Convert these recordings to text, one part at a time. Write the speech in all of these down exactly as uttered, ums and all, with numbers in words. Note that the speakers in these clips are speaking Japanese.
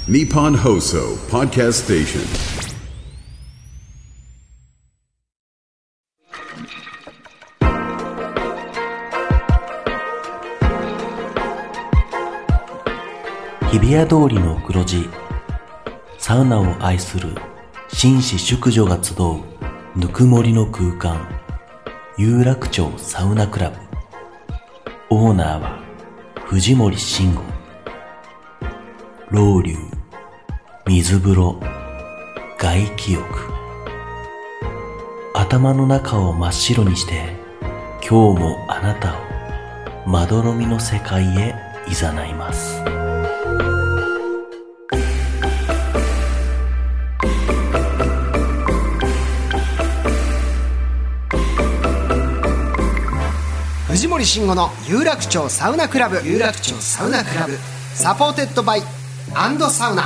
Nippon Hoso Podcast Station。 日比谷通りの黒字、サウナを愛する紳士淑女が集うぬくもりの空間、有楽町サウナクラブ。オーナーは藤森慎吾。ロウリュ、水風呂、外気浴。頭の中を真っ白にして、今日もあなたをまどろみの世界へ誘います。 藤森慎吾の有楽町サウナクラブ、有楽町サウナクラブ、サポーテッドバイアンドサウナ。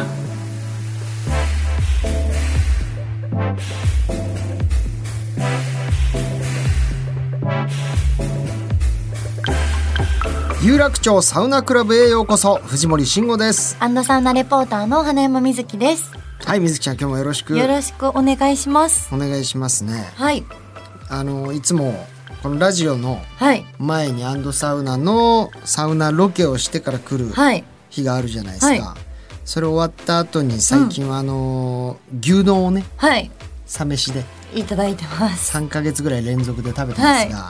有楽町サウナクラブへようこそ。藤森慎吾です。 アンドサウナレポーターの花山瑞希です。 はい、瑞希ちゃん、今日もよろしくよろしくお願いします。 お願いしますね。 はい、 あのいつもこのラジオのはい前にアンドサウナのサウナロケをしてから来るはい日があるじゃないですか、 はい、 それ終わった後に最近はあの、うん、牛丼をね、 はい、 サ飯でいただいてます。 さんかげつぐらい連続で食べたんですが、はい、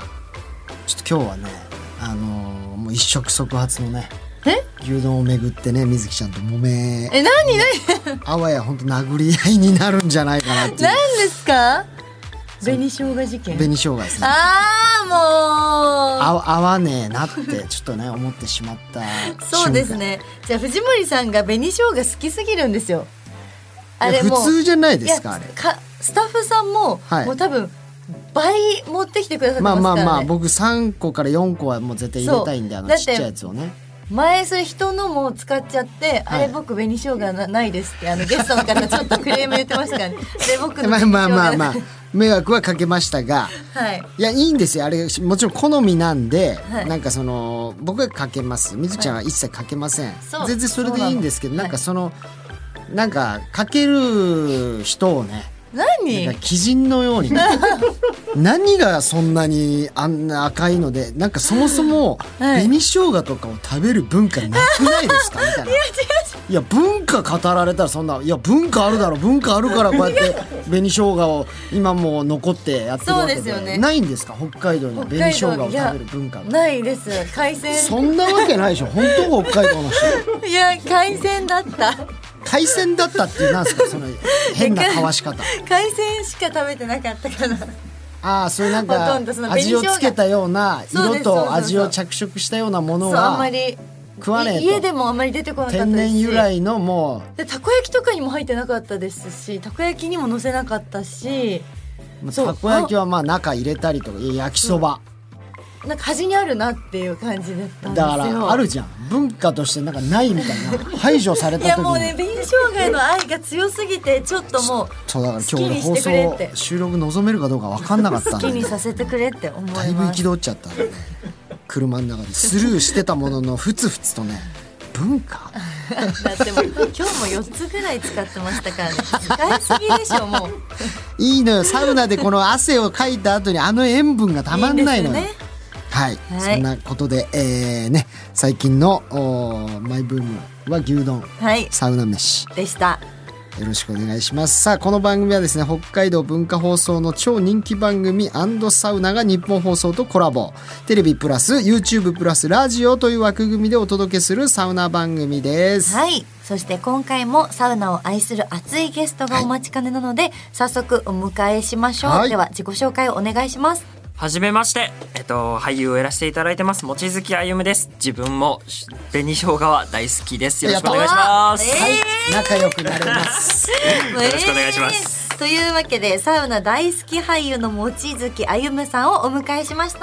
ちょっと今日はね、あのもう一触即発のね、 え牛丼をめぐってね、瑞希ちゃんと揉めえ何何あわや本当殴り合いになるんじゃないかなっていう。 何ですか？紅生姜事件。 紅生姜ですね。 あーもうあ合わねえなってちょっとね思ってしまったそうですね。じゃあ藤森さんが紅生姜好きすぎるんですよ。 あれもう普通じゃないですか。あれかスタッフさんも、はい、もう多分倍持ってきてくださってますからね。 まあまあまあ僕さんこからよんこはもう絶対入れたいんで、あのちっちゃいやつをね。 前それ人のも使っちゃって、はい、あれ僕紅生姜 な, ないですってあのゲストの方ちょっとクレーム言ってましたからね。で僕のまあまあまあまあ迷惑はかけましたが、 はい、 いやいいんですよ。あれもちろん好みなんで、 はい、 なんかその僕がかけます。みずちゃんは一切かけません、はい、全然それでいいんですけど、なんかその、はい、なんかかける人をね、 何？ なんか鬼人のように何がそんなにあんな赤いので、なんかそもそも紅生姜とかを食べる文化なくないですかみたいな。いや違う違う、いや文化語られたらそんな、いや文化あるだろ、文化あるからこうやって紅生姜を今も残ってやってるわけ で, で、ね、ないんですか北海道に紅生姜を食べる文化が。 ないです。海鮮そんなわけないでしょ本当北海道の人。 いや海鮮だった海鮮だったっていうなんですかその変なかわし方。 海鮮しか食べてなかったから。 ああ、そういうなんか味をつけたような色と味を着色したようなものはあんまり食わねえと。 家でもあんまり出てこなかったですし、 天然由来のもうでたこ焼きとかにも入ってなかったですし、たこ焼きにも乗せなかったし、 たこ焼きはまあ中入れたりとか、焼きそばなんか端にあるなっていう感じだったんですよ。 だからあるじゃん、文化としてなんかないみたいな排除された時に。いやもうね、紅生姜への愛が強すぎてちょっともうそうだから今日俺放送収録望めるかどうか分かんなかったんで好きにさせてくれって思います。 だいぶ憤っちゃったんでね、車の中でスルーしてたもののふつふつとね、文化だってもう今日もよっつぐらい使ってましたからね。使いすぎでしょもう。 いいのよ、サウナでこの汗をかいた後にあの塩分がたまんないのよ。いいですよね。はい、はい、そんなことで、えーね、最近のマイブームは牛丼、はい、サウナ飯でした。 よろしくお願いします。さあこの番組はですね、北海道文化放送の超人気番組&サウナが日本放送とコラボ、テレビプラス YouTube プラスラジオという枠組みでお届けするサウナ番組です。 はい、そして今回もサウナを愛する熱いゲストがお待ちかねなので、はい、早速お迎えしましょう、はい、では自己紹介をお願いします。 はじめまして、えっと、俳優をやらせていただいてます望月歩です。自分も紅生姜は大好きです。よろしくお願いします、 えーはい、仲良くなれますよろしくお願いします、 えー、というわけでサウナ大好き俳優の望月歩さんをお迎えしました。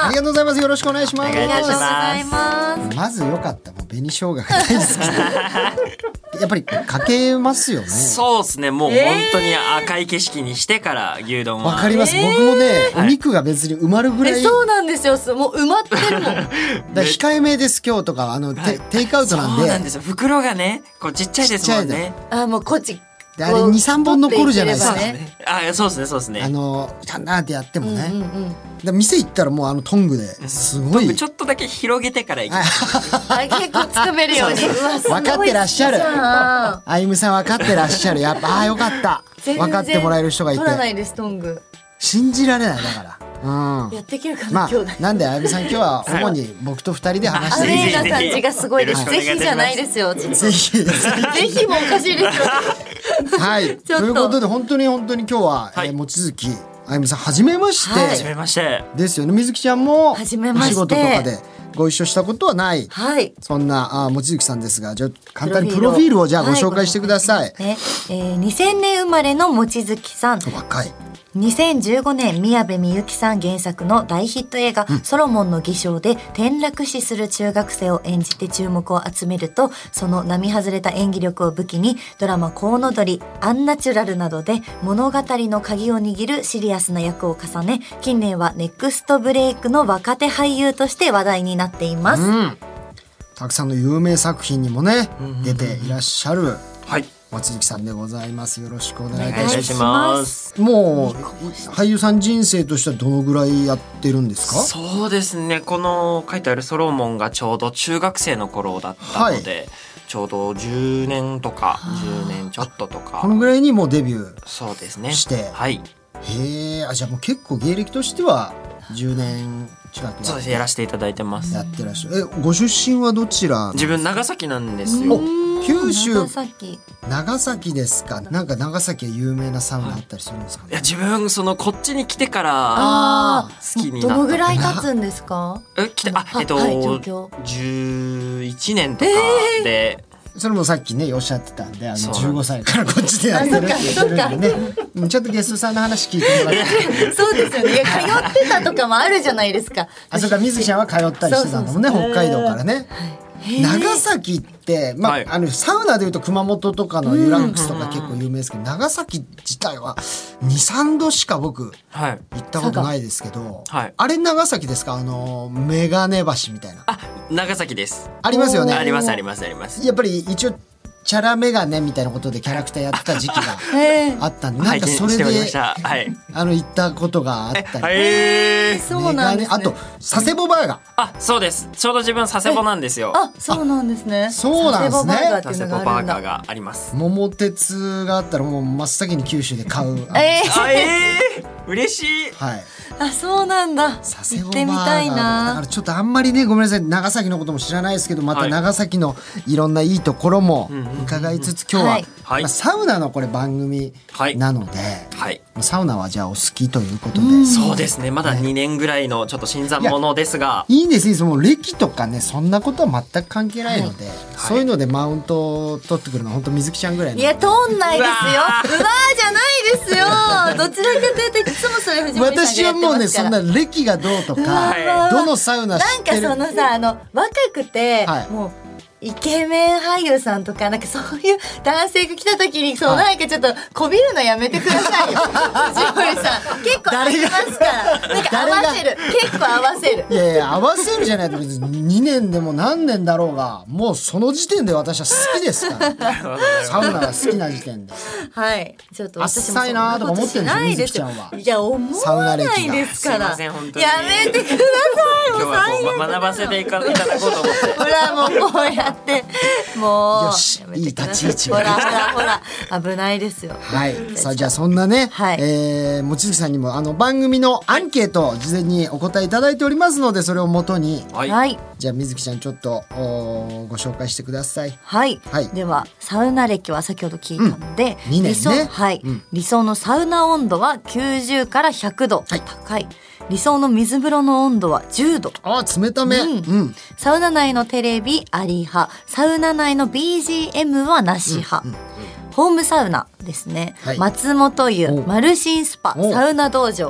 ありがとうございます。よろしくお願いします。 ありがとうございます。 まずよかった、もう紅生姜が大好きやっぱりかけますよね。 そうですね。もう本当に赤い景色にしてから牛丼は。 わかります。僕もね、お肉が別に埋まるぐらい。 えそうなんですよ。もう埋まってるもん。 だ控えめです今日とかあの、はい、テイクアウトなんで。 そうなんですよ。袋がね、こうちっちゃいですもんね。 あもうこっち。 あれにさんぼん残るじゃないですか。 ね、あそうですねそうですね。 あのキャンナーってやってもね。うんうんうん、店行ったらもうあのトングですごい。 ちょっとだけ広げてから行きます。 結構つかめるように。 分かってらっしゃる。あゆむさん分かってらっしゃる。やっぱあよかった。分かってもらえる人がいて。 取らないですトング。 信じられないだから。うん、 やっていけるかな、 まあ、なんであゆみさん今日は主に僕と二人で話してる。アレーな感じがすごいです。ぜひじゃないですよ。ぜひぜひもおかしいですよ。 はい。ということで本当に本当に今日は、はい、えー、望月あゆみさんはじめまして。 はじめまして。 ですよね。みずきちゃんもお仕事とかでご一緒したことはない。 はい。 そんなあ望月さんですが、じゃあ簡単にプロフィールをじゃあご紹介してください。 はい、ねえー、にせんねん生まれの望月さん。 若い。 にせんじゅうごねん宮部みゆきさん原作の大ヒット映画、うん、ソロモンの偽証で転落死する中学生を演じて注目を集めると、その並外れた演技力を武器にドラマコウノドリ、アンナチュラルなどで物語の鍵を握るシリアスな役を重ね、近年はネクストブレイクの若手俳優として話題になっています。うん、 たくさんの有名作品にもね、うん、出ていらっしゃる。 はい。 望月さんでございます。よろしくお願いいたします。 もう俳優さん人生としてはどのぐらいやってるんですか？ そうですね。この書いてあるソロモンがちょうど中学生の頃だったので、はい、ちょうどじゅうねんとかじゅうねんちょっととか。 このぐらいにもうデビューそうですね。 して、 はい。 へえ、あじゃあもう結構芸歴としてはじゅうねん近くそうですやらせていただいてます。 やってらっしゃる。えご出身はどちら？ 自分長崎なんですよ。 九州長崎長崎ですか。なんか長崎は有名なサウナあったりするんですかね。 いや自分そのこっちに来てから好きになった。 どのぐらい経つんですか？ え来てあえっと、はい、じゅういちねんとかで。えーそれもさっきねおっしゃってたんで、あのじゅうごさいからこっちでやってるって言ってるんでね、ちょっとゲストさんの話聞いてもらってそうですよね。いや通ってたとかもあるじゃないですか。 あそこから水木ちゃんは通ったりしてたのもね、北海道からね。長崎って、まあ、はい、あのサウナでいうと熊本とかのユランクスとか結構有名ですけど、長崎自体はにさんどしか僕行ったことないですけど、はい、あれ長崎ですか？あのメガネ橋みたいな。 あ、長崎です。 ありますよね。 ありますありますあります。 やっぱり一応チャラメガネみたいなことでキャラクターやってた時期があったんで、なんかそれで、はい、あの行ったことがあったり、 えー、そうなんですね。 あと佐世保バーガー。 あ、そうです。ちょうど自分佐世保なんですよ。 あ、そうなんですね。 そうなんですね。 佐世保バーガーがあります。 桃鉄があったらもう真っ先に九州で買う。 えー、えー、嬉しい。 はい。 あ、そうなんだ。行ってみたいな。 だからちょっとあんまりね、ごめんなさい、長崎のことも知らないですけど、また長崎のいろんないいところも伺いつつ、今日は、はい、まあ、サウナのこれ番組なので、はい、サウナはじゃあお好きということで。 そうですね。まだにねんぐらいのちょっと新参者ですが、 いいんですいいです。もう歴とかね、そんなことは全く関係ないので、はい、そういうのでマウントを取ってくるのは本当水木ちゃんぐらいの。 いや、取んないですよ。うわーじゃないですよ。どちらかというといつもそれ藤森さんがやってますから。私はもうね、そんな歴がどうとか、どのサウナ知ってる。 なんかそのさ、あの若くて、はい、もうイケメン俳優さんとかなんかそういう男性が来た時にそう、はい、なんかちょっとこびるのやめてくださいよ藤森さん。結構ありますからなんか合わせる結構合わせる。 いやいや合わせるじゃないと別ににねんでも何年だろうがもうその時点で私は好きですからサウナが好きな時点で。 はい、ちょっと私も浅いなとか思ってるんですよ水木ちゃんは。 いや思わないですから。 すいません本当にやめてください。 今日はこう学ばせていただこうと思って。 ほらもうこうやってもうよしいい立ち位置ほらほらほら危ないですよ。 はい。さあじゃあそんなね、はい、えー、望月さんにもあの番組のアンケートを事前にお答えいただいておりますので、それをもとに、はい、じゃあ水木ちゃんちょっとご紹介してください。 はい、はい、ではサウナ歴は先ほど聞いたので、 うん、にねんね、 理想、はい、うん、理想のサウナ温度はきゅうじゅうからひゃくど、はい、高い。理想の水風呂の温度はじゅうど。 あ冷ため、うんうん、 サウナ内のテレビあり派、サウナ内の ビージーエム はなし派、うんうんうん、ホームサウナですね、はい、松本湯、マルシンスパ、サウナ道場、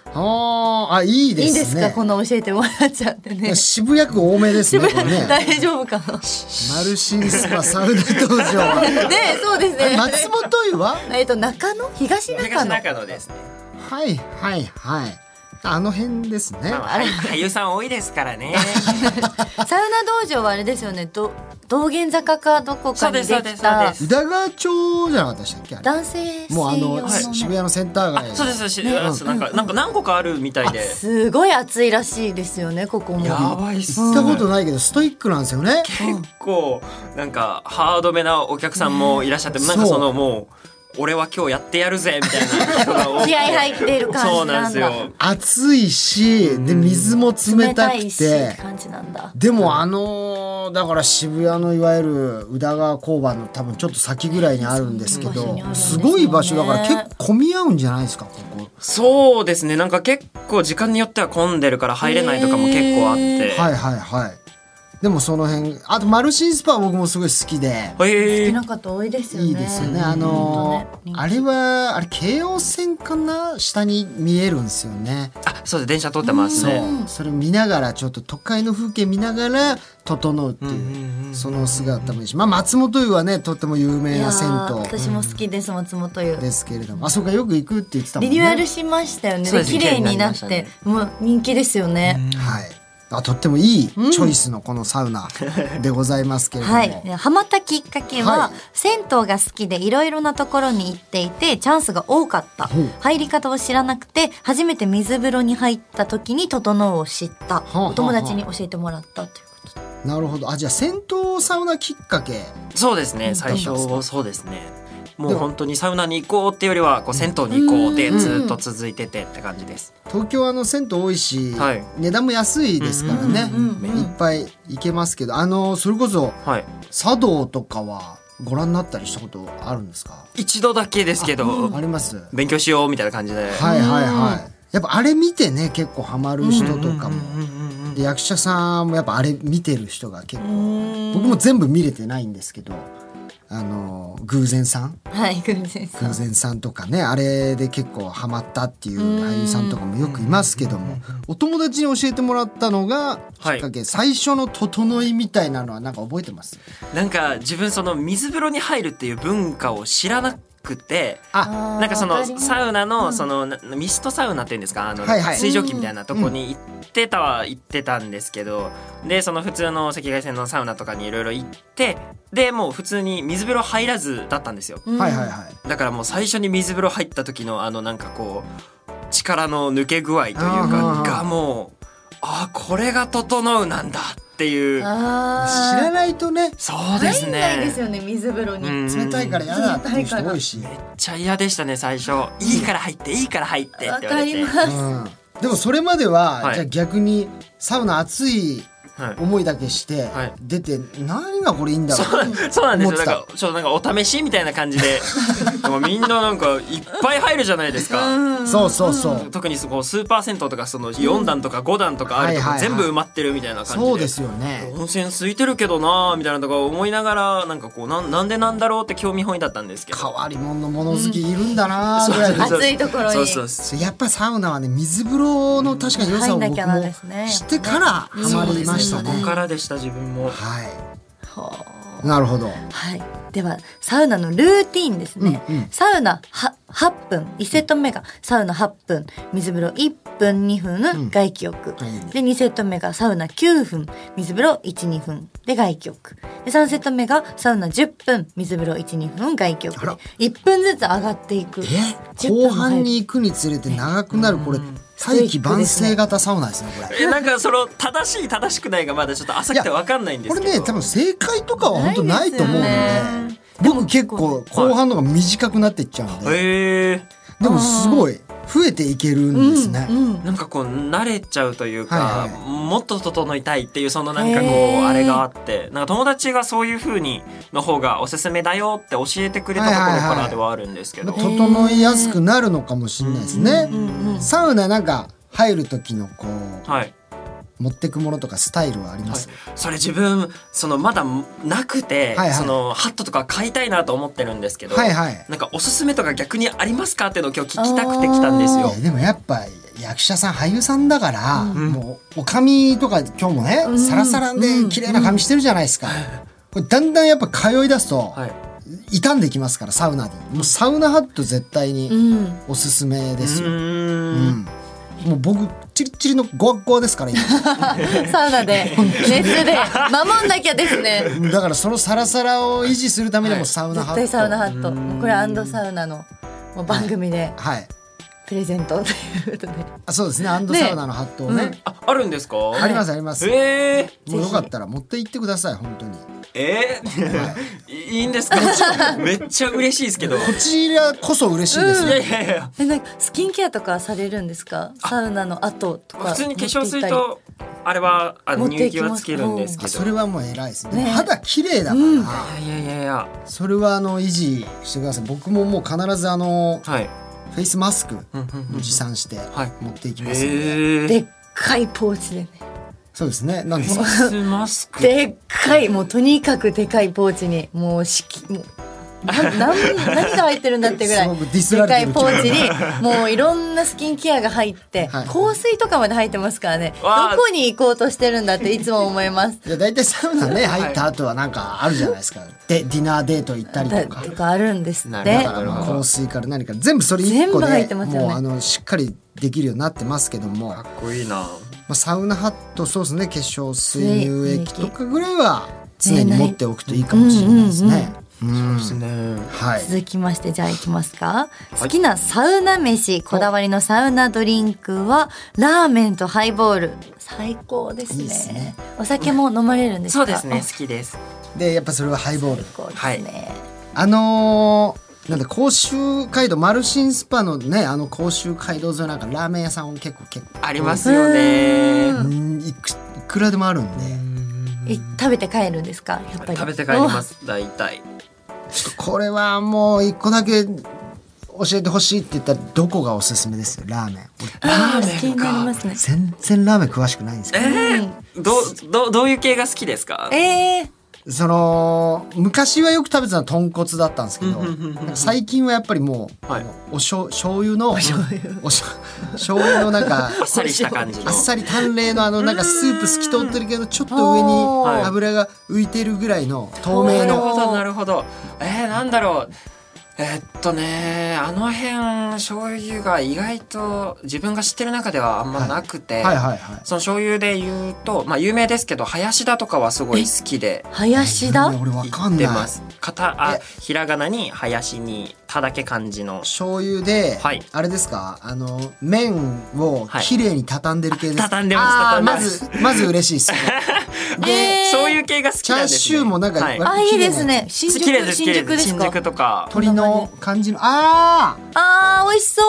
ああ、いいですね。いいですか、この教えてもらっちゃってね。 渋谷区多めですね。ね大丈夫かな。マルシンスパサウナ道場は。 ね、そうですね。 松本湯は？ えっと中野、東中野。 東中野ですね。 はいはいはい。あの辺ですね。 まあ、俳優さん多いですからね。 サウナ道場はあれですよね。ど道玄坂かどこかにできた宇田川町じゃなかったでしたっけ？ 男性もうあの、はい、渋谷のセンター街。 そうです、ね、なんかなんか何個かあるみたいで。 すごい暑いらしいですよね、ここも。 やばいっす。 行ったことないけどストイックなんですよね。 結構なんかハードめなお客さんもいらっしゃって、なんかそのもう。俺は今日やってやるぜみたいな人が多くて気合入ってる感じなんだ。 そうなんですよ。 暑いし、で水も冷たくて、 感じなんだ。 でもあのー、だから渋谷のいわゆる宇田川交番の多分ちょっと先ぐらいにあるんですけど、すごい場所だから結構混み合うんじゃないですか、ここ。 そうですね。なんか結構時間によっては混んでるから入れないとかも結構あって。 はいはいはい。でもその辺、あとマルシンスパは僕もすごい好きで、 好きな方多いですよね。 いいですよね。あのーね、あれはあれ京王線かな、下に見えるんですよね。 あ、そうです、電車通ってますね。 そう、それ見ながらちょっと都会の風景見ながら整うっていう、その姿もいいし、まあ松本湯はねとっても有名な銭湯。 私も好きです、松本湯ですけれども、あそこがよく行くって言ってたもんね。 リニューアルしましたよね。綺麗になって、もう人気ですよね。 はい。あ、とってもいいチョイスのこのサウナでございますけれども、 はい、ハマったきっかけは、はい、銭湯が好きでいろいろなところに行っていてチャンスが多かった、入り方を知らなくて初めて水風呂に入った時に整うを知った、お友達に教えてもらったということで。 なるほど。あ、じゃあ銭湯サウナきっかけ。 そうですね、最初そうですね。もう本当にサウナに行こうっていうよりはこう銭湯に行こうでずっと続いててって感じです。 東京はあの銭湯多いし、はい、値段も安いですからね、いっぱい行けますけど、あのそれこそ、はい、茶道とかはご覧になったりしたことあるんですか？ 一度だけですけど。 あ, あります。 勉強しようみたいな感じで。 はいはいはい。やっぱあれ見てね結構ハマる人とかも、で役者さんもやっぱあれ見てる人が結構、僕も全部見れてないんですけど、あの偶然さん、 はい、偶然さん、 偶然さんとかね、あれで結構ハマったっていう俳優さんとかもよくいますけども、お友達に教えてもらったのがきっかけ、はい、最初の整いみたいなのはなんか覚えてます？ なんか自分その水風呂に入るっていう文化を知らなくて、あ、なんかそのサウナのそのミストサウナっていうんですか、あの水蒸気みたいなとこに行ってたは行ってたんですけど、でその普通の赤外線のサウナとかにいろいろ行って、でもう普通に水風呂入らずだったんですよ。 はいはいはい。 だからもう最初に水風呂入った時のあのなんかこう力の抜け具合というかがもう、あ、これが整うなんだっていう。 あ、知らないとね。 そうですね。 入んないですよね、水風呂に。 冷たいから嫌だっていう人多いし。 めっちゃ嫌でしたね最初。いいから入っていいから入ってって言われて。 わかります。 うん、でもそれまでは、はい、じゃあ逆にサウナ暑い思いだけして出て、何がこれいいんだろう。 そう、そうなんですよ。なんかちょっとなんかお試しみたいな感じでみんななんかいっぱい入るじゃないですか。 そうそうそう。 特にそこスーパー銭湯とかそのよん段とかご段とかあるとこ全部埋まってるみたいな感じで、 そうですよね。 温泉空いてるけどなみたいなとか思いながら、なんかこうな ん, なんでなんだろうって興味本位だったんですけど、 変わり者の物好きいるんだなぐらい、 暑いところに。 そうそうそう。 やっぱサウナはね、水風呂の確かに良さを僕も知ってからハマりましたね。 そこからでした自分も。 はい。はあ、なるほど。 はい。ではサウナのルーティーンですね。うんうん、サウナははっぷん、いちセット目がサウナはっぷん、水風呂いっぷんにふん、うん、外気浴、はい、でにセット目がサウナきゅうふん、水風呂いち、にふんで外気浴で、さんセット目がサウナじゅっぷん、水風呂いち、にふん外気浴でいっぷんずつ上がっていく。 え、後半に行くにつれて長くなる、これ大器晩成型サウナですねこれ。 え、なんかその正しい正しくないがまだちょっと浅くて分かんないんですけど、 これね多分正解とかは本当ないと思うので、僕結構後半のが短くなっていっちゃうんで、 へえ。 でもすごい増えていけるんですね、 うんうん、なんかこう慣れちゃうというか、はいはい、もっと整いたいっていうそのなんかこうあれがあって、なんか友達がそういう風にの方がおすすめだよって教えてくれたところからではあるんですけど、 はいはいはい、整いやすくなるのかもしれないですね。サウナなんか入る時のこう、はい、 持ってくものとかスタイルはあります？ はい、それ自分そのまだなくて、はいはい、そのハットとか買いたいなと思ってるんですけど、はいはい、なんかおすすめとか逆にありますかっていうのを今日聞きたくて来たんですよ。 でもやっぱ役者さん俳優さんだから、うん、もうお髪とか今日もね、うん、サラサラで綺麗な髪してるじゃないですか、うんうん、これだんだんやっぱ通い出すと、はい、傷んできますからサウナに。もうサウナハット絶対におすすめですよ、うんうんもう僕チリチリのゴワゴワですから今サウナで熱で守んなきゃですね。 だからそのサラサラを維持するためにもサウナハット、 絶対サウナハット、これアンドサウナのもう番組で、はいはい、プレゼントということで、 あそうですね、アンドサウナのハットをね、ね、 うん、あ, あるんですか？ ありますあります、 えー、もうよかったら持って行ってください本当に。 えーはい、いいんですか？めっちゃ嬉しいですけど。こちらこそ嬉しいですよ、 うん、いやいやいや。 え、なんかスキンケアとかされるんですか？サウナの後とか。 普通に化粧水とあれはあの乳液はつけるんですけど、 それはもう偉いですね。肌綺麗だから、うん、いやいやいや、 それはあの維持してください。僕ももう必ずあの、はい、フェイスマスク持参して持っていきますので、 はい、でっかいポーチでね。 そうですね。なんですか？ マスク。 でっかい、もうとにかくでかいポーチにもう敷きもう何何が入ってるんだってぐらいでかいポーチにもういろんなスキンケアが入って、はい、香水とかまで入ってますからね。どこに行こうとしてるんだっていつも思います。 いやだいたいサウナね入った後はなんかあるじゃないですか。でディナーデート行ったりとかとかあるんですって。 だから香水から何から全部それ一個で全部入ってますよね。もうあのしっかりできるようになってますけども。 かっこいいな。 まあ、サウナハット、そうですね、化粧水、乳液とかぐらいは常に持っておくといいかもしれないですね。 そうですね。 はい。続きましてじゃあいきますか。好きなサウナ飯、こだわりのサウナドリンクはラーメンとハイボール。最高ですね。いいですね。お酒も飲まれるんですか？ そうですね、好きです。 でやっぱそれはハイボール。 最高ですね。 あのー。なんで甲州街道マルシンスパのね、あの甲州街道沿いなんかラーメン屋さん結構結構ありますよね。 うんいく、いくらでもあるんで。 え食べて帰るんですか？やっぱり食べて帰ります。大体。 ちょっとこれはもう一個だけ教えてほしいって言ったらどこがおすすめですよ？ラーメン。 ラーメン気になりますね。 全然ラーメン詳しくないんですけど。 えー、どどどういう系が好きですか？ えーその昔はよく食べてたのは豚骨だったんですけど最近はやっぱりもう、はい、おしょ醤油のお醤油おしょ醤油のなんかあっさりした感じのあっさり淡麗のあのなんかスープ透き通ってるけどちょっと上に油が浮いてるぐらいの透明の。 なるほどなるほど。えー、なんだろう。えっとねあの辺醤油が意外と自分が知ってる中ではあんまなくて、はいはいはいはい、その醤油で言うとまあ有名ですけど林田とかはすごい好きで。 林田？ 俺わかんない。 片あひらがなに林に田だけ漢字の醤油で、はい、あれですかあの麺を綺麗に畳んでる系ですか？ はい、畳んでます。 まずまず嬉しいです。 で、えー、そういう系が好きなんですね。 チャーシューもなんか、はい、 あいいですね。新宿です新宿ですか？ 新宿とか鶏の感じのあーあー美味しそう。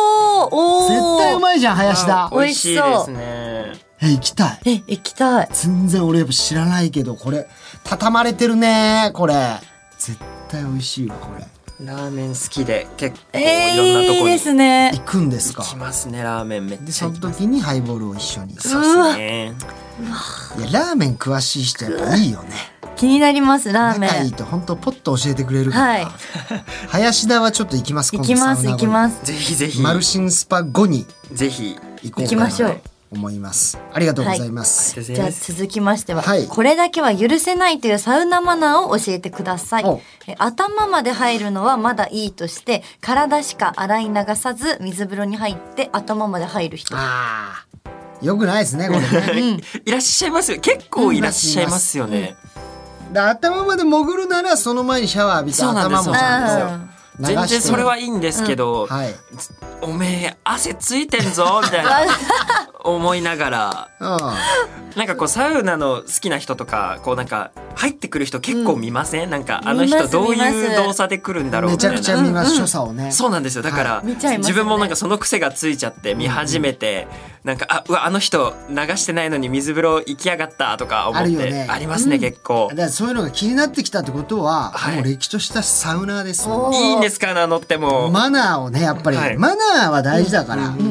お絶対うまいじゃん林田。 美味しいですね。 え行きたい。 え行きたい。 全然俺やっぱ知らないけどこれ畳まれてるねこれ。絶対美味しいわこれ。 ラーメン好きで結構いろんなところに、えー、いいですね、 行くんですか？ 行きますねラーメンめっちゃ。 でその時にハイボールを一緒に。 そうですね。 いやラーメン詳しい人やっぱいいよね。 気になりますラーメン。 仲いいと本当ポッと教えてくれるから、はい、林田はちょっと行きます。 行きます行きます。 ぜひぜひマルシンスパ後にぜひ行こうかなと思います。ありがとうございます、 はい、じゃあ続きましては、はい、これだけは許せないというサウナマナーを教えてください。え頭まで入るのはまだいいとして体しか洗い流さず水風呂に入って頭まで入る人。 あーよくないですねこれね、 うん、いらっしゃいますよ。結構いらっしゃいますよね、 うん、で頭まで潜るならその前にシャワー浴びて頭もちゃんと全然それはいいんですけど、うんはい、おめえ汗ついてんぞみたいな思いながら、うん、なんかこうサウナの好きな人とかこうなんか入ってくる人結構見ません、うん、なんかあの人どういう動作で来るんだろうみたいな。 めちゃくちゃ見ます、所作をね。 そうなんですよ。だから、はいね、自分もなんかその癖がついちゃって見始めて、うん、なんかあうわあの人流してないのに水風呂行きやがったとか思って あ, るよ、ね、ありますね、うん、結構。 だからそういうのが気になってきたってことは、はい、もう歴史としたサウナーですよ。 いいんですか名乗っても。 マナーをねやっぱり、はい、マナーは大事だから、うんうん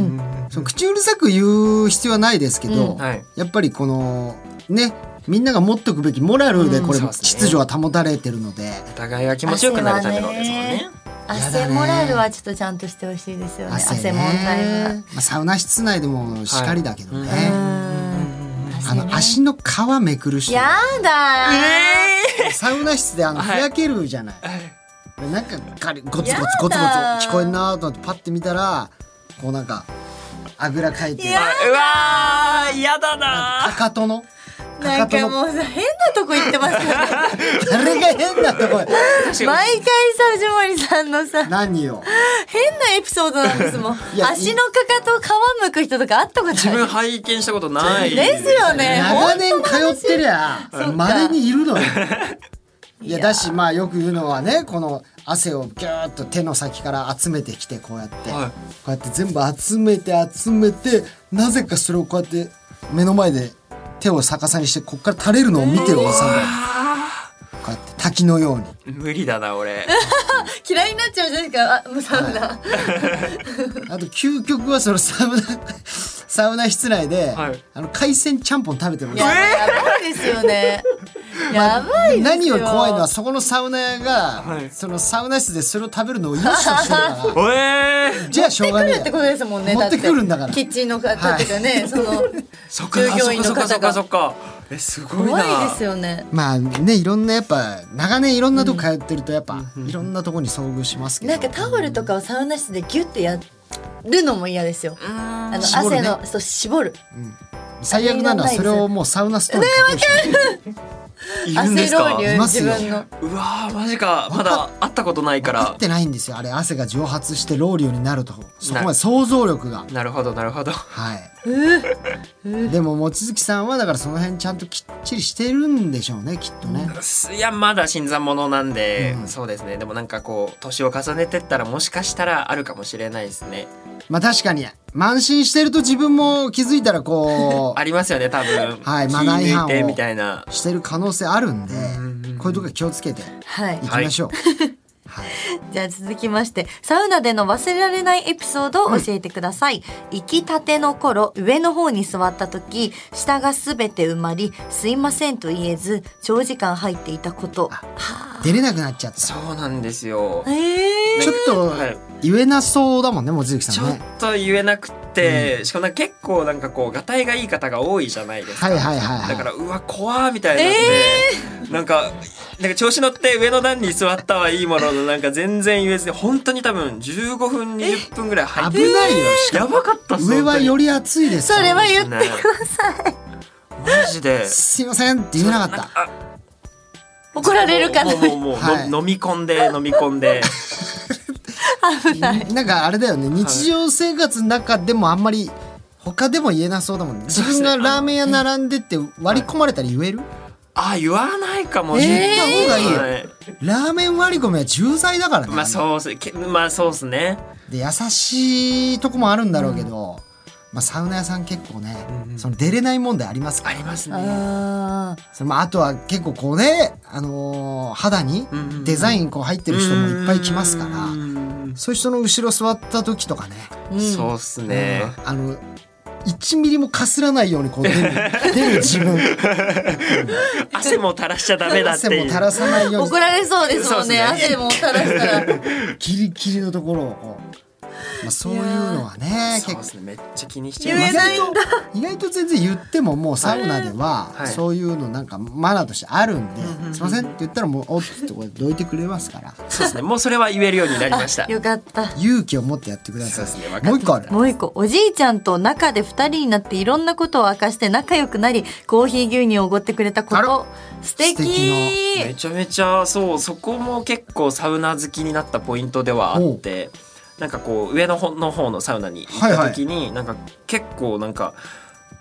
その口うるさく言う必要はないですけど、 うんはい、 やっぱりこのねみんなが持っておくべきモラルでこれ秩序は保たれてるので、 お互いが気持ちよくなるためのですもんね。 汗モラルはちょっとちゃんとしてほしいですよね。汗, 汗問題は、 まあ、サウナ室内でもしかりだけどね、はい、あの足の皮めくる人やだー、サウナ室であのふやけるじゃない、はい、なんかガリゴツゴツゴツゴツ聞こえんなと思ってパッて見たらこうなんかあぐらかいて、 うわーやだなかかとのなんかもうさ変なとこ行ってますよね誰が変なとこ毎回さ藤森さんのさ何よ変なエピソードなんですもん足のかかとを皮むく人とかあったことない。 自分拝見したことないですよね。 長年通ってりゃ稀にいるのよいやだしまあよく言うのはねこの汗をギューッと手の先から集めてきてこうやって、はい、こうやって全部集めて集めてなぜかそれをこうやって目の前で手を逆さにしてこっから垂れるのを見てるおじさんがこうやって滝のように無理だな俺嫌いになっちゃうじゃないですか。あもうサウナ、はい、 あと究極はそのサウナサウナ室内で、はい、あの海鮮ちゃんぽん食べてるんですよ。 やばいですよねやばいですよ。 何より怖いのはそこのサウナ屋が、はい、そのサウナ室でそれを食べるのを良しとしてるからえー、 じゃあしょうがねえ持ってくるってことですもんね。 持ってくるんだからキッチンの方とかね、はい、その従業員の方がそっかえすごいな。 怖いですよね。 まあねいろんなやっぱ長年いろんなとこ通ってるとやっぱ、うん、いろんなとこに遭遇しますけど、 なんかタオルとかをサウナ室でギュッてやるのも嫌ですよ。あの絞るね、 汗のそう絞る、 うん、最悪なのはそれをもうサウナストーンにかけるいるんですか。 汗ロウリュ自分のうわーマジか。まだ会ったことないから分かってないんですよ。あれ汗が蒸発してロウリュになるとそこまで想像力がなるほどなるほどはいでも望月さんはだからその辺ちゃんときっちりしてるんでしょうねきっとね。 いやまだ新参者なんで、うん、そうですね。でもなんかこう年を重ねてったらもしかしたらあるかもしれないですね。 まあ確かに慢心してると自分も気づいたらこうありますよね多分はいマナー違反をみたいなしてる可能性あるんでこういうとこ気をつけていきましょう、はいはい、 じゃあ続きましてサウナでの忘れられないエピソードを教えてください、うん、行きたての頃上の方に座った時下がすべて埋まりすいませんと言えず長時間入っていたこと。 出れなくなっちゃった。 そうなんですよ、 えー、 ちょっと言えなそうだもんね望月さんね。 ちょっと言えなくて、うん、しかもなんか結構なんかこうがたいがいい方が多いじゃないですか、 はいはいはいはい、 だからうわ怖ーみたいになって、えー、なんかなんか調子乗って上の段に座ったはいいもののなんか全然言えずに本当に多分じゅうごふんにじゅっぷんぐらい入って危ないよ。 やばかったっす。 上はより暑いですよ。 それは言ってください。 マジですいませんって言えなかった。 怒られるかな。 もうもうもう、はい、飲み込んで飲み込んで危ない。 なんかあれだよね日常生活の中でもあんまり他でも言えなそうだもんね。自分がラーメン屋並んでって割り込まれたら言える？ あ言わないかもしれない。 言った方がいいよ、はい、ラーメン割り込みは重罪だからね。 まあそうすまあそうっすね。 で優しいとこもあるんだろうけど、うんまあ、サウナ屋さん結構ね、うん、その出れない問題ありますから。 ありますね。 あその、まあ、あとは結構こうね、あのー、肌にデザインこう入ってる人もいっぱい来ますから、そういう人の後ろ座った時とかね、 うん、そうっすね、 うん、あのいちミリもかすらないようにこう出る出る自分、うん、 汗も垂らしちゃダメだっていう。 汗も垂らさないように怒られそうですもん ね, ね汗も垂らしたらギリギリのところをこうまあ、そういうのはねそうですねめっちゃ気にしちゃいますね。意外と全然言ってももうサウナではそういうのなんかマナーとしてあるんで、はい、すいませんって言ったらもうおっってこれどいてくれますから。 そうですねもうそれは言えるようになりました。 よかった。 勇気を持ってやってください。 そうですね、 もう一個ある。 もう一個おじいちゃんと中で二人になっていろんなことを明かして仲良くなりコーヒー牛乳をおごってくれたこと。素敵。素敵めちゃめちゃそうそこも結構サウナ好きになったポイントではあってなんかこう上の方の方のサウナに行った時に、はいはい、なんか結構なんか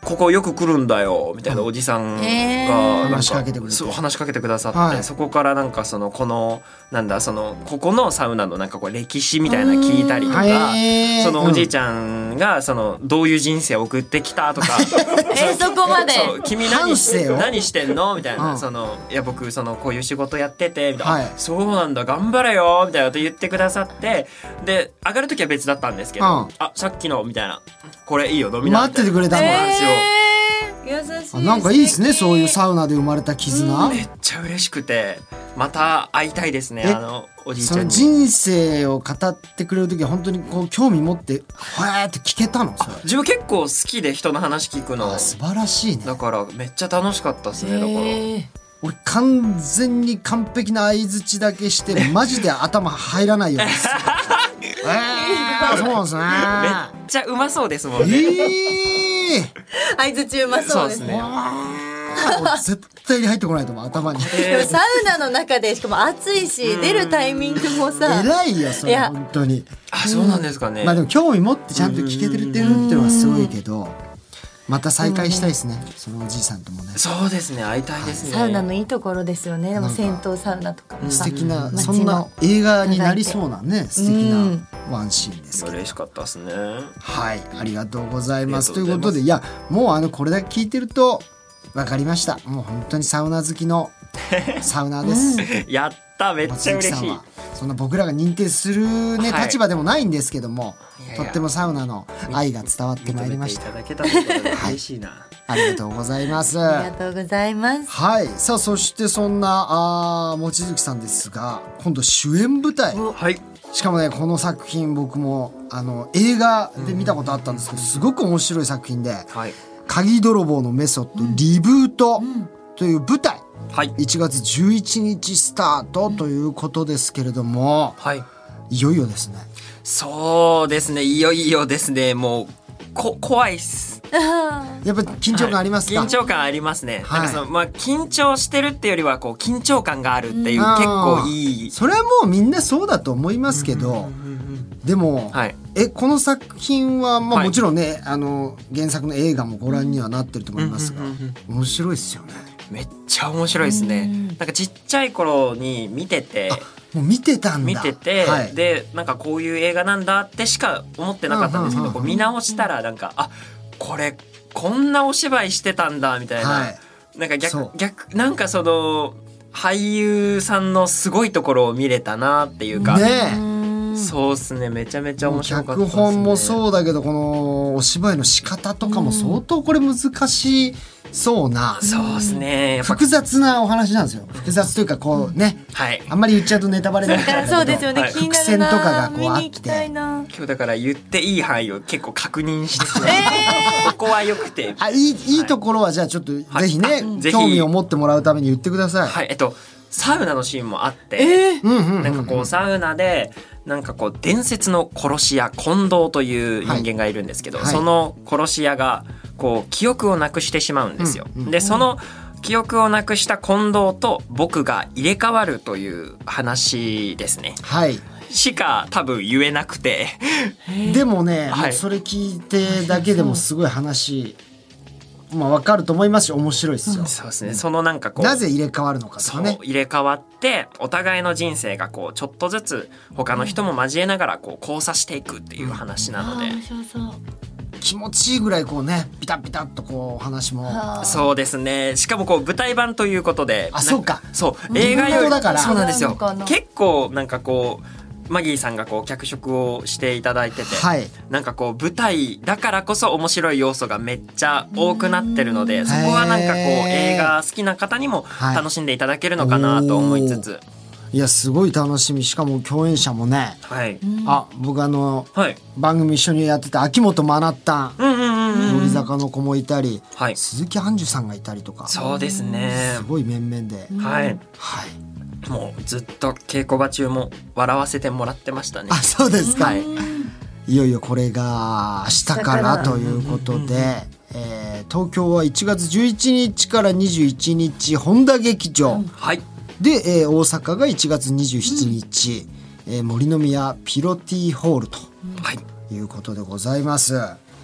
ここよく来るんだよみたいなおじさんが話しかけてくれて、 そう話しかけてくださって、はい、そこからなんかそのこのなんだそのここのサウナのなんかこう歴史みたいな聞いたりとか、そのおじいちゃんがそのどういう人生を送ってきたとか、 えそこまでそう君何して何してんのみたいな、うん、そのいや僕そのこういう仕事やっててみたいな、はい、そうなんだ頑張れよみたいなこと言ってくださって、で上がる時は別だったんですけど、うん、あさっきのみたいなこれいいよ飲みな待っててくれたんですよ。 優しい。 なんかいいですね、そういうサウナで生まれた絆。 めっちゃ嬉しくてまた会いたいですね、あのおじいちゃんに。 その人生を語ってくれる時は本当にこう興味持ってはーって聞けたの？ 自分結構好きで人の話聞くの。 あ素晴らしいね。 だからめっちゃ楽しかったですね。だから俺完全に完璧な相槌だけしてマジで頭入らないようです。えー、そうなんですね。 めっちゃうまそうですもんね。 えー、 相槌うまそうですね。 絶対に入ってこないと思う頭に。 でもサウナの中でしかも暑いし出るタイミングもさ。 偉いよそれ本当に。 あそうなんですかね。 まあでも興味持ってちゃんと聞けてるっていうのはすごいけど。また再会したいですね、うん、そのおじいさんともね。 そうですね会いたいですね。 サウナのいいところですよね。でも銭湯サウナとかも素敵なそんな映画になりそうなね素敵なワンシーンですけど、 嬉しかったですね。 はいありがとうございますということで、いやもうあのこれだけ聞いてると分かりました。もう本当にサウナ好きのサウナーです、 うん、やっためっちゃ嬉しい。 そんな僕らが認定するね、はい、立場でもないんですけども、いやいやとってもサウナの愛が伝わってまいりました。 認めていただけたということで嬉しいな、 はい、ありがとうございます。 ありがとうございます。 はい、さあそしてそんなあ望月さんですが今度主演舞台、 はい、 しかもねこの作品僕もあの映画で見たことあったんですけど、すごく面白い作品で、はい、鍵泥棒のメソッド、うん、リブートという舞台、はい、いちがつじゅういちにちスタートということですけれども、はい、いよいよですね。 そうですねいよいよですね。もうこ怖いっす。 やっぱ緊張感ありますか？ はい、緊張感ありますね、はい、なんかその、まあ、緊張してるっていうよりはこう緊張感があるっていう結構いい。 それはもうみんなそうだと思いますけど、でも、はい、えこの作品は、まあ、もちろんね、はい、あの原作の映画もご覧にはなってると思いますが、面白いですよね。 めっちゃ面白いですね。なんかちっちゃい頃に見ててもう見てたんだ見てて、はい、でなんかこういう映画なんだってしか思ってなかったんですけど、こう見直したらなんかあこれこんなお芝居してたんだみたいな、はい、なんか逆逆なんかその俳優さんのすごいところを見れたなっていうか、ね、そうですねめちゃめちゃ面白かったですね。 脚本もそうだけどこのお芝居の仕方とかも相当これ難しいそうな、 そうですね複雑なお話なんですよ。複雑というかこうね、はい、あんまり言っちゃうとネタバレになっちゃうけど、 そうですよね、 伏線とかがこうあって、 今日だから言っていい範囲を結構確認してしまう、えー、ここはよくてあいい、いいところはじゃあちょっとぜひね、はい、興味を持ってもらうために言ってください。 はい、えっとサウナのシーンもあって、えー、なんかこうサウナでなんかこう伝説の殺し屋近藤という人間がいるんですけど、はい、その殺し屋がこう記憶をなくしてしまうんですよ、うんうん、でその記憶をなくした近藤と僕が入れ替わるという話ですね、はい、しか多分言えなくてでもね、はい、それ聞いてだけでもすごい話まあ、分かると思いますし面白いですよ、 うん、そうですね。そのなんかこうなぜ入れ替わるのかとかね、 そう入れ替わってお互いの人生がこうちょっとずつ他の人も交えながらこう交差していくっていう話なので、うん、 気持ちいいぐらいこうねピタピタっとこうお話もそうですね。しかもこう舞台版ということであそうかそう映画よりだからそうなんですよ。結構なんかこうマギーさんがこう脚色をしていただいてて、はい、なんかこう舞台だからこそ面白い要素がめっちゃ多くなってるので、そこはなんかこう映画好きな方にも楽しんでいただけるのかなと思いつつ、はい、 いやすごい楽しみ。しかも共演者もね、はい、あ僕あの、はい、番組一緒にやってた秋元真夏乃木坂の子もいたり、はい、鈴木杏樹さんがいたりとか、 そうですねすごい面々で、はい、 はいもうずっと稽古場中も笑わせてもらってましたね。 あ、そうですか。はい、いよいよこれが明日からということで、えー、東京はいちがつじゅういちにちからにじゅういちにち本田劇場、うん、はい、で、えー、大阪がいちがつにじゅうしちにち、うんえー、森の宮ピロティホールということでございます。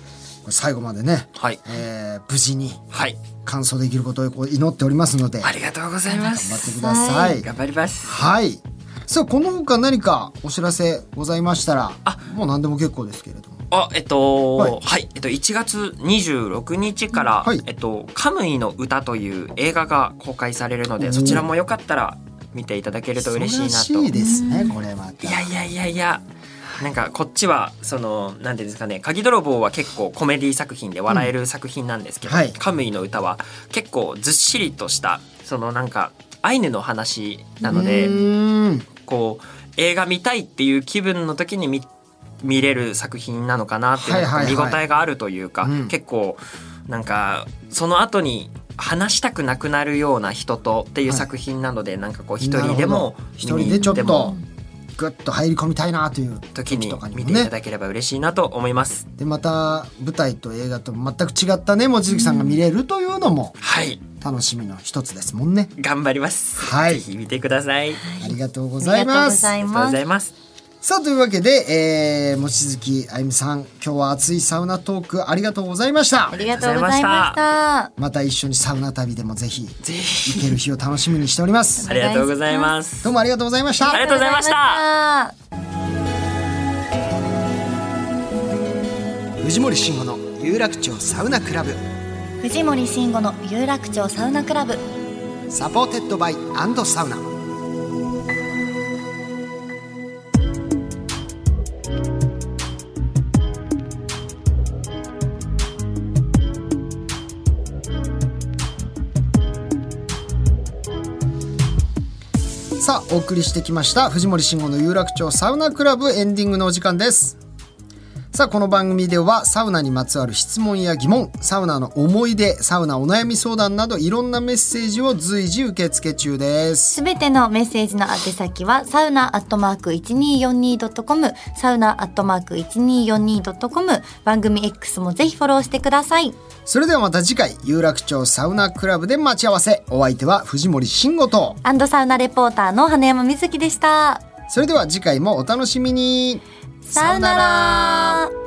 これ最後までね、 はいえー、無事にはい完走できることを祈っておりますので、 ありがとうございます。 頑張ってください。 頑張ります。 はい。さあこの他何かお知らせございましたら、あ、もう何でも結構ですけれども。 あ、えっと、はい、はい、えっと、いちがつにじゅうろくにちから、はい、えっと、カムイの歌という映画が公開されるので、そちらもよかったら見ていただけると嬉しいなと。 素晴らしいですね、これまた。 いやいやいやいや。なんかこっちはそのなんていうんですかね、鍵泥棒は結構コメディ作品で笑える作品なんですけど、うんはい、カムイの歌は結構ずっしりとしたそのなんかアイヌの話なので、こう映画見たいっていう気分の時に 見, 見れる作品なのかなっていう、はいはい、見応えがあるというか、うん、結構なんかその後に話したくなくなるような人とっていう作品なので、はい、なんかこう一人でも一人でちょっとぐっと入り込みたいなという時に見ていただければ嬉しいなと思います。 でまた舞台と映画と全く違ったね望月さんが見れるというのも楽しみの一つですもんね。 頑張ります、 はい、 ぜひ見てください。 ありがとうございます。 ありがとうございます。 さあというわけで、えー、望月あゆみさん今日は熱いサウナトークありがとうございました。 ありがとうございました。 また一緒にサウナ旅でもぜひ行ける日を楽しみにしておりますありがとうございます。 どうもありがとうございました。 ありがとうございました。 藤森慎吾の有楽町サウナクラブ、 藤森慎吾の有楽町サウナクラブ、 サポーテッドバイアンドサウナ。さあお送りしてきました藤森慎吾の有楽町サウナクラブ、エンディングのお時間です。さあこの番組ではサウナにまつわる質問や疑問、サウナの思い出、サウナお悩み相談などいろんなメッセージを随時受付中です。 すべてのメッセージの宛先はサウナアットマーク いちにーよんにードットコム、 サウナアットマーク いちにーよんにードットコム、 番組 X もぜひフォローしてください。 それではまた次回有楽町サウナクラブで待ち合わせ。お相手は藤森慎吾とアンドサウナレポーターの花山瑞希でした。 それでは次回もお楽しみに。 さよなら。